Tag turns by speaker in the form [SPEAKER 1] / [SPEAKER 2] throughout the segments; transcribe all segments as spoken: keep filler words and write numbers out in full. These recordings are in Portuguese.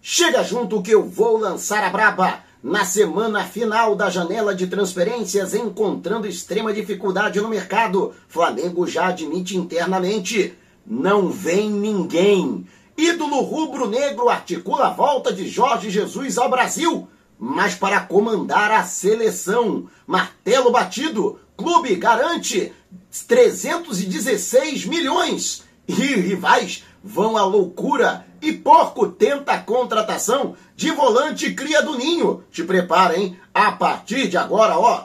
[SPEAKER 1] Chega junto que eu vou lançar a braba. Na semana final da janela de transferências, encontrando extrema dificuldade no mercado, Flamengo já admite internamente: não vem ninguém. Ídolo rubro-negro articula a volta de Jorge Jesus ao Brasil, mas para comandar a seleção. Martelo batido, clube garante trezentos e dezesseis milhões. E rivais vão à loucura e Porco tenta a contratação de volante cria do Ninho. Te prepara, hein? A partir de agora, ó,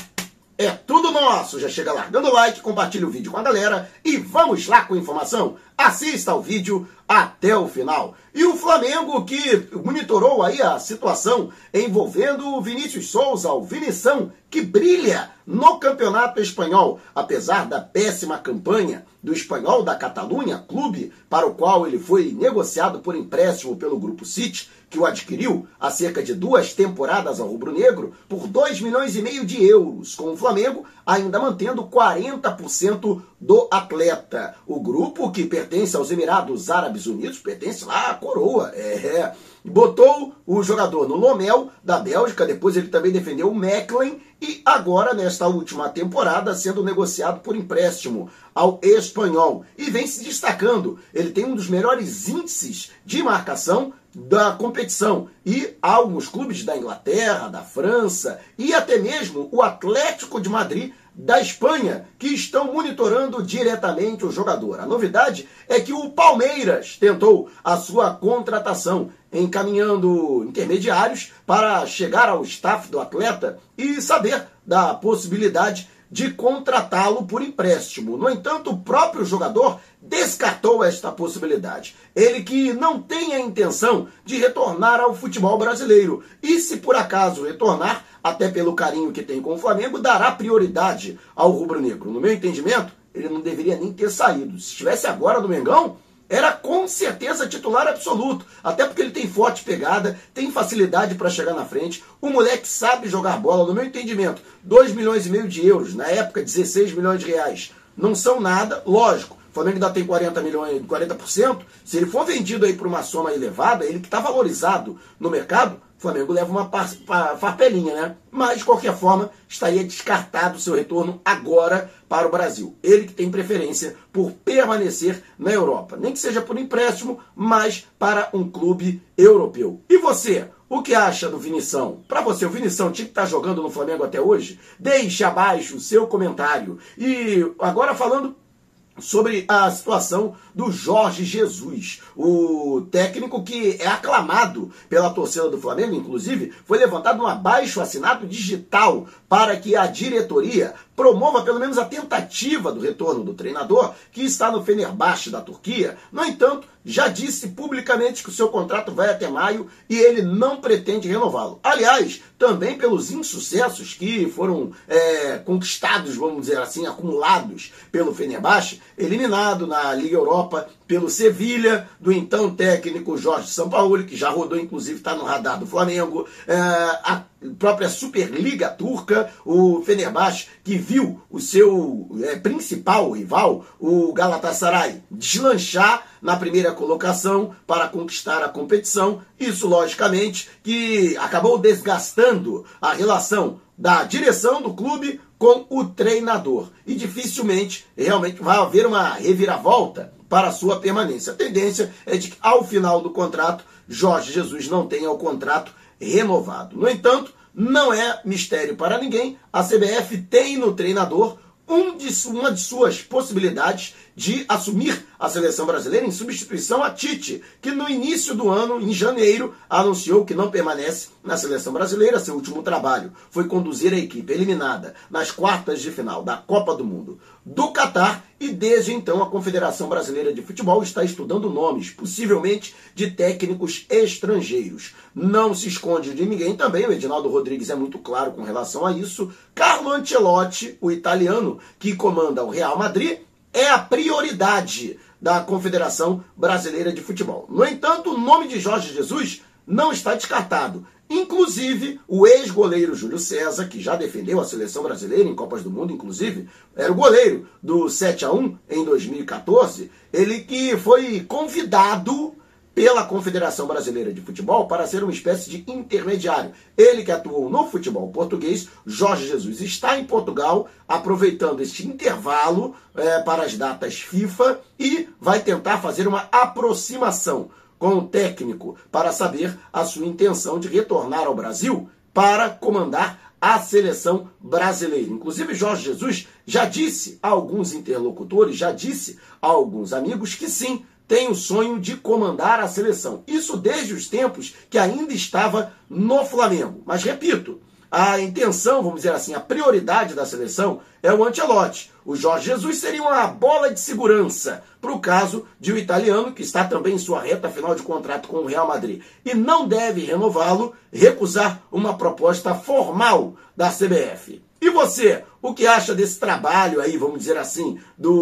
[SPEAKER 1] é tudo nosso. Já chega largando o like, compartilha o vídeo com a galera e vamos lá com a informação. Assista ao vídeo até o final. E o Flamengo, que monitorou aí a situação envolvendo o Vinícius Souza, o Vinição, que brilha no Campeonato Espanhol, apesar da péssima campanha do Espanhol da Catalunha, clube para o qual ele foi negociado por empréstimo pelo Grupo City, que o adquiriu há cerca de duas temporadas ao rubro-negro por dois milhões e meio de euros, com o Flamengo ainda mantendo quarenta por cento do atleta. O grupo, que pertence aos Emirados Árabes Unidos, pertence lá à coroa, é, botou o jogador no Lomel, da Bélgica, depois ele também defendeu o Mechelen, e agora, nesta última temporada, sendo negociado por empréstimo ao Espanhol. E vem se destacando. Ele tem um dos melhores índices de marcação da competição. E há alguns clubes da Inglaterra, da França e até mesmo o Atlético de Madrid da Espanha, que estão monitorando diretamente o jogador. A novidade é que o Palmeiras tentou a sua contratação, encaminhando intermediários para chegar ao staff do atleta e saber da possibilidade de contratá-lo por empréstimo. No entanto, o próprio jogador descartou esta possibilidade. Ele que não tem a intenção de retornar ao futebol brasileiro. E se por acaso retornar, até pelo carinho que tem com o Flamengo, dará prioridade ao rubro-negro. No meu entendimento, ele não deveria nem ter saído. Se estivesse agora no Mengão, era com certeza titular absoluto, até porque ele tem forte pegada, tem facilidade para chegar na frente, o moleque sabe jogar bola. No meu entendimento, dois milhões e meio de euros, na época dezesseis milhões de reais, não são nada, lógico. O Flamengo ainda tem quarenta milhões, quarenta por cento, se ele for vendido aí por uma soma elevada, ele que está valorizado no mercado, o Flamengo leva uma par, par, farpelinha, né? Mas, de qualquer forma, estaria descartado o seu retorno agora para o Brasil. Ele que tem preferência por permanecer na Europa. Nem que seja por empréstimo, mas para um clube europeu. E você? O que acha do Vinição? Para você, o Vinição tinha que estar jogando no Flamengo até hoje? Deixe abaixo o seu comentário. E agora falando sobre a situação do Jorge Jesus, o técnico que é aclamado pela torcida do Flamengo, inclusive, foi levantado um abaixo-assinado digital para que a diretoria promova pelo menos a tentativa do retorno do treinador, que está no Fenerbahçe da Turquia. No entanto, já disse publicamente que o seu contrato vai até maio e ele não pretende renová-lo. Aliás, também pelos insucessos que foram é, conquistados, vamos dizer assim, acumulados pelo Fenerbahçe, eliminado na Liga Europa pelo Sevilha, do então técnico Jorge Sampaoli, que já rodou, inclusive está no radar do Flamengo, é, a própria Superliga Turca, o Fenerbahçe, que viu o seu é, principal rival, o Galatasaray, deslanchar na primeira colocação para conquistar a competição. Isso, logicamente, que acabou desgastando a relação da direção do clube com o treinador. E dificilmente, realmente, vai haver uma reviravolta para a sua permanência. A tendência é de que, ao final do contrato, Jorge Jesus não tenha o contrato renovado. No entanto, não é mistério para ninguém, a C B F tem no treinador um de, uma de suas possibilidades de assumir a seleção brasileira em substituição a Tite, que no início do ano, em janeiro, anunciou que não permanece na seleção brasileira. Seu último trabalho foi conduzir a equipe eliminada nas quartas de final da Copa do Mundo do Catar, e desde então a Confederação Brasileira de Futebol está estudando nomes, possivelmente de técnicos estrangeiros. Não se esconde de ninguém também, o Edinaldo Rodrigues é muito claro com relação a isso. Carlo Ancelotti, o italiano que comanda o Real Madrid, é a prioridade da Confederação Brasileira de Futebol. No entanto, o nome de Jorge Jesus não está descartado. Inclusive, o ex-goleiro Júlio César, que já defendeu a seleção brasileira em Copas do Mundo, inclusive, era o goleiro do sete a um em dois mil e quatorze, ele que foi convidado pela Confederação Brasileira de Futebol para ser uma espécie de intermediário. Ele que atuou no futebol português, Jorge Jesus, está em Portugal, aproveitando este intervalo é, para as datas FIFA e vai tentar fazer uma aproximação com o técnico para saber a sua intenção de retornar ao Brasil para comandar a seleção brasileira. Inclusive, Jorge Jesus já disse a alguns interlocutores, já disse a alguns amigos que sim, tem o sonho de comandar a seleção. Isso desde os tempos que ainda estava no Flamengo. Mas, repito, a intenção, vamos dizer assim, a prioridade da seleção é o Ancelotti. O Jorge Jesus seria uma bola de segurança para o caso de um italiano que está também em sua reta final de contrato com o Real Madrid e não deve renová-lo, recusar uma proposta formal da C B F. E você, o que acha desse trabalho aí, vamos dizer assim,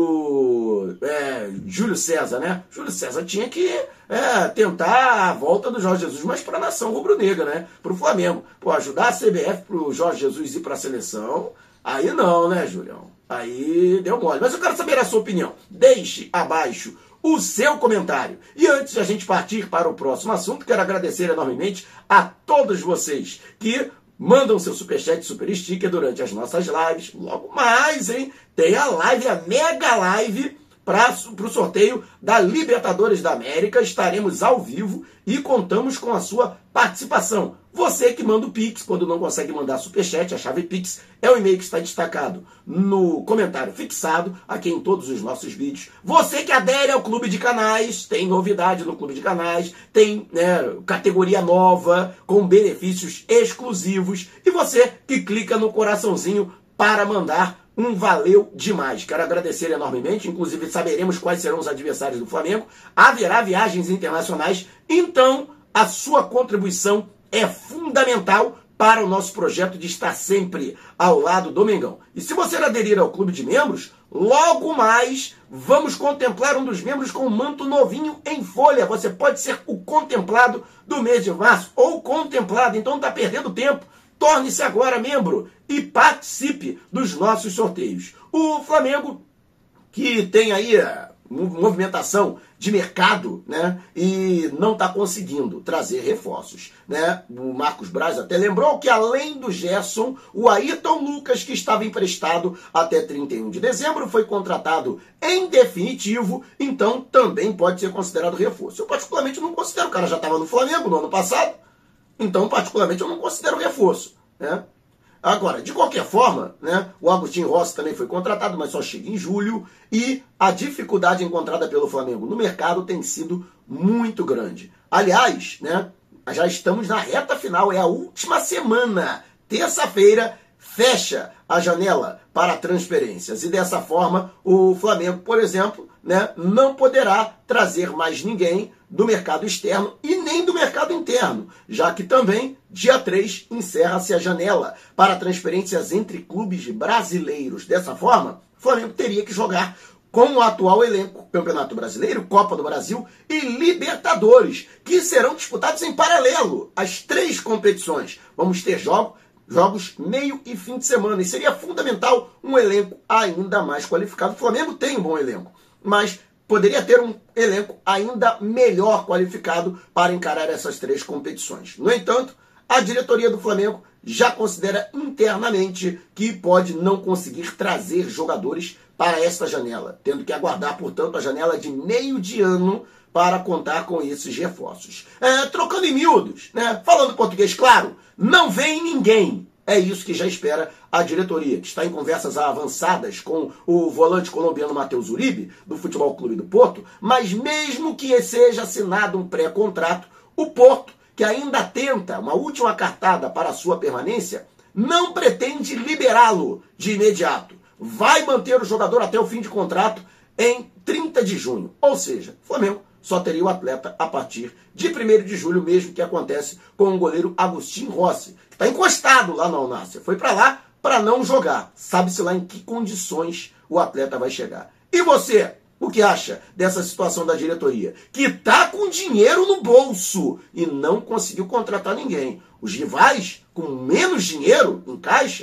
[SPEAKER 1] do é, Júlio César, né? Júlio César tinha que é, tentar a volta do Jorge Jesus, mas para a nação rubro-negra, né? Para o Flamengo. Pô, ajudar a C B F para o Jorge Jesus ir para a seleção, aí não, né, Julião? Aí deu mole. Mas eu quero saber a sua opinião. Deixe abaixo o seu comentário. E antes de a gente partir para o próximo assunto, quero agradecer enormemente a todos vocês que mandam seu superchat e super sticker durante as nossas lives. Logo mais, hein? Tem a live, a mega live para o sorteio da Libertadores da América. Estaremos ao vivo e contamos com a sua participação. Você que manda o Pix, quando não consegue mandar superchat, a chave Pix é o e-mail que está destacado no comentário fixado aqui em todos os nossos vídeos. Você que adere ao Clube de Canais, tem novidade no Clube de Canais, tem né, categoria nova, com benefícios exclusivos. E você que clica no coraçãozinho para mandar um valeu demais. Quero agradecer enormemente, inclusive saberemos quais serão os adversários do Flamengo. Haverá viagens internacionais, então a sua contribuição é fundamental para o nosso projeto de estar sempre ao lado do Mengão. E se você aderir ao clube de membros, logo mais vamos contemplar um dos membros com um manto novinho em folha. Você pode ser o contemplado do mês de março ou contemplado, então não está perdendo tempo. Torne-se agora membro e participe dos nossos sorteios. O Flamengo, que tem aí a movimentação de mercado, né, e não está conseguindo trazer reforços, né? O Marcos Braz até lembrou que além do Gerson, o Ayrton Lucas, que estava emprestado até trinta e um de dezembro, foi contratado em definitivo, então também pode ser considerado reforço. Eu particularmente não considero, o cara já estava no Flamengo no ano passado, então particularmente eu não considero reforço, né? Agora, de qualquer forma, né, o Agostinho Rossi também foi contratado, mas só chega em julho, e a dificuldade encontrada pelo Flamengo no mercado tem sido muito grande. Aliás, né, já estamos na reta final, é a última semana, terça-feira, fecha a janela para transferências. E dessa forma, o Flamengo, por exemplo, né, não poderá trazer mais ninguém do mercado externo e nem do mercado interno, já que também, dia três, encerra-se a janela para transferências entre clubes brasileiros. Dessa forma, o Flamengo teria que jogar com o atual elenco Campeonato Brasileiro, Copa do Brasil e Libertadores, que serão disputados em paralelo às três competições. Vamos ter jogos Jogos meio e fim de semana. E seria fundamental um elenco ainda mais qualificado. O Flamengo tem um bom elenco, mas poderia ter um elenco ainda melhor qualificado para encarar essas três competições. No entanto, a diretoria do Flamengo já considera internamente que pode não conseguir trazer jogadores para esta janela, tendo que aguardar, portanto, a janela de meio de ano para contar com esses reforços. É, trocando em miúdos, né? Falando português claro, não vem ninguém. É isso que já espera a diretoria, que está em conversas avançadas com o volante colombiano Matheus Uribe, do Futebol Clube do Porto, mas mesmo que seja assinado um pré-contrato, o Porto, que ainda tenta uma última cartada para a sua permanência, não pretende liberá-lo de imediato. Vai manter o jogador até o fim de contrato em trinta de junho. Ou seja, o Flamengo só teria o atleta a partir de primeiro de julho, mesmo que acontece com o goleiro Agostinho Rossi, que está encostado lá na Al-Nassr. Foi para lá para não jogar. Sabe-se lá em que condições o atleta vai chegar. E você, o que acha dessa situação da diretoria? Que está com dinheiro no bolso e não conseguiu contratar ninguém. Os rivais, com menos dinheiro em caixa,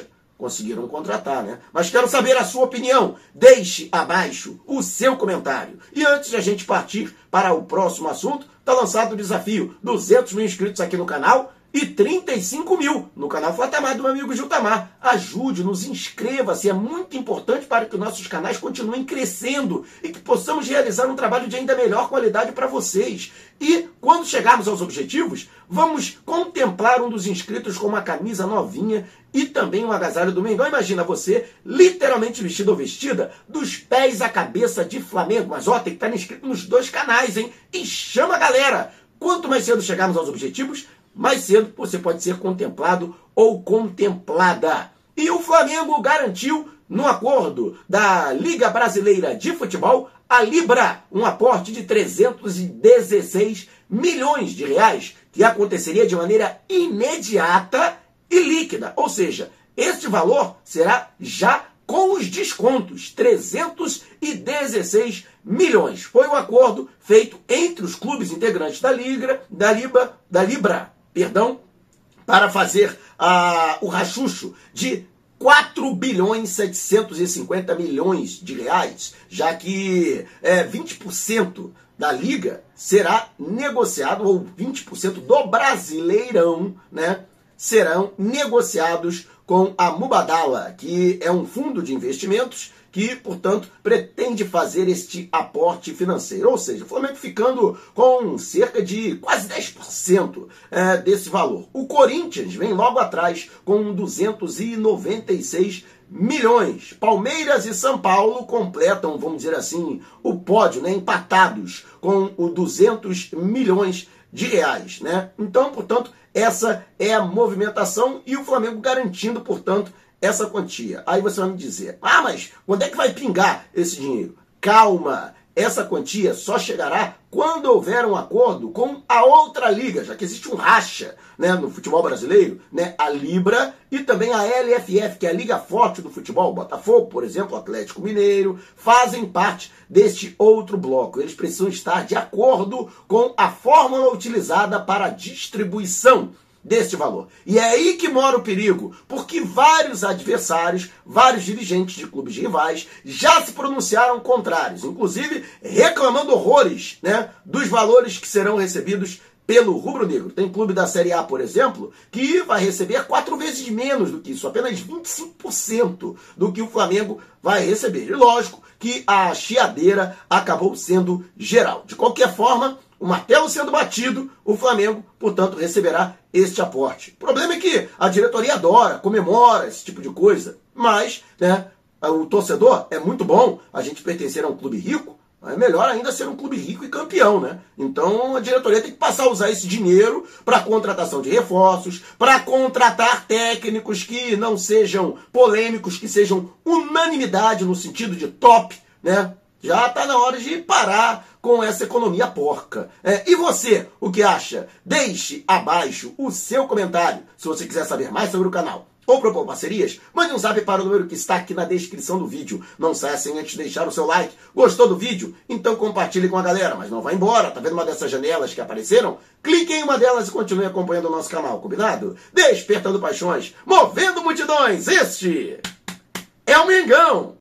[SPEAKER 1] conseguiram contratar, né? Mas quero saber a sua opinião. Deixe abaixo o seu comentário. E antes de a gente partir para o próximo assunto, está lançado o desafio: duzentos mil inscritos aqui no canal e trinta e cinco mil no canal Flatamar do meu amigo Giltamar. Ajude-nos, inscreva-se, é muito importante para que nossos canais continuem crescendo e que possamos realizar um trabalho de ainda melhor qualidade para vocês. E quando chegarmos aos objetivos, vamos contemplar um dos inscritos com uma camisa novinha e também um agasalho do Mengão. Imagina você literalmente vestido ou vestida dos pés à cabeça de Flamengo. Mas ó, tem que estar inscrito nos dois canais, hein? E chama a galera! Quanto mais cedo chegarmos aos objetivos, mais cedo você pode ser contemplado ou contemplada. E o Flamengo garantiu, no acordo da Liga Brasileira de Futebol, a Libra, um aporte de trezentos e dezesseis milhões de reais, que aconteceria de maneira imediata e líquida. Ou seja, este valor será já com os descontos, trezentos e dezesseis milhões. Foi um acordo feito entre os clubes integrantes da Liga, da Libra, da Libra, perdão, para fazer uh, o rachucho de quatro bilhões setecentos e cinquenta milhões de reais, já que é, vinte por cento da Liga será negociado, ou vinte por cento do Brasileirão, né, serão negociados com a Mubadala, que é um fundo de investimentos que, portanto, pretende fazer este aporte financeiro. Ou seja, o Flamengo ficando com cerca de quase dez por cento é, desse valor. O Corinthians vem logo atrás com duzentos e noventa e seis milhões. Palmeiras e São Paulo completam, vamos dizer assim, o pódio, né, empatados com o duzentos milhões de reais, né? Então, portanto, essa é a movimentação e o Flamengo garantindo, portanto, essa quantia. Aí você vai me dizer, ah, mas quando é que vai pingar esse dinheiro? Calma, essa quantia só chegará quando houver um acordo com a outra liga, já que existe um racha, né, no futebol brasileiro, né, a Libra e também a L F F, que é a liga forte do futebol. O Botafogo, por exemplo, o Atlético Mineiro, fazem parte deste outro bloco. Eles precisam estar de acordo com a fórmula utilizada para a distribuição deste valor. E é aí que mora o perigo, porque vários adversários, vários dirigentes de clubes rivais já se pronunciaram contrários, inclusive reclamando horrores, né, dos valores que serão recebidos pelo rubro-negro. Tem clube da Série A, por exemplo, que vai receber quatro vezes menos do que isso, apenas vinte e cinco por cento do que o Flamengo vai receber. E lógico que a chiadeira acabou sendo geral. De qualquer forma, o martelo sendo batido, o Flamengo, portanto, receberá este aporte. O problema é que a diretoria adora, comemora esse tipo de coisa, mas, né, o torcedor é muito bom a gente pertencer a um clube rico, é melhor ainda ser um clube rico e campeão, né? Então a diretoria tem que passar a usar esse dinheiro para contratação de reforços, para contratar técnicos que não sejam polêmicos, que sejam unanimidade no sentido de top, né? Já está na hora de parar com essa economia porca. É, e você, o que acha? Deixe abaixo o seu comentário. Se você quiser saber mais sobre o canal ou propor parcerias, mande um zap para o número que está aqui na descrição do vídeo. Não saia sem antes deixar o seu like. Gostou do vídeo? Então compartilhe com a galera. Mas não vá embora. Tá vendo uma dessas janelas que apareceram? Clique em uma delas e continue acompanhando o nosso canal, combinado? Despertando paixões, movendo multidões. Este é o Mengão.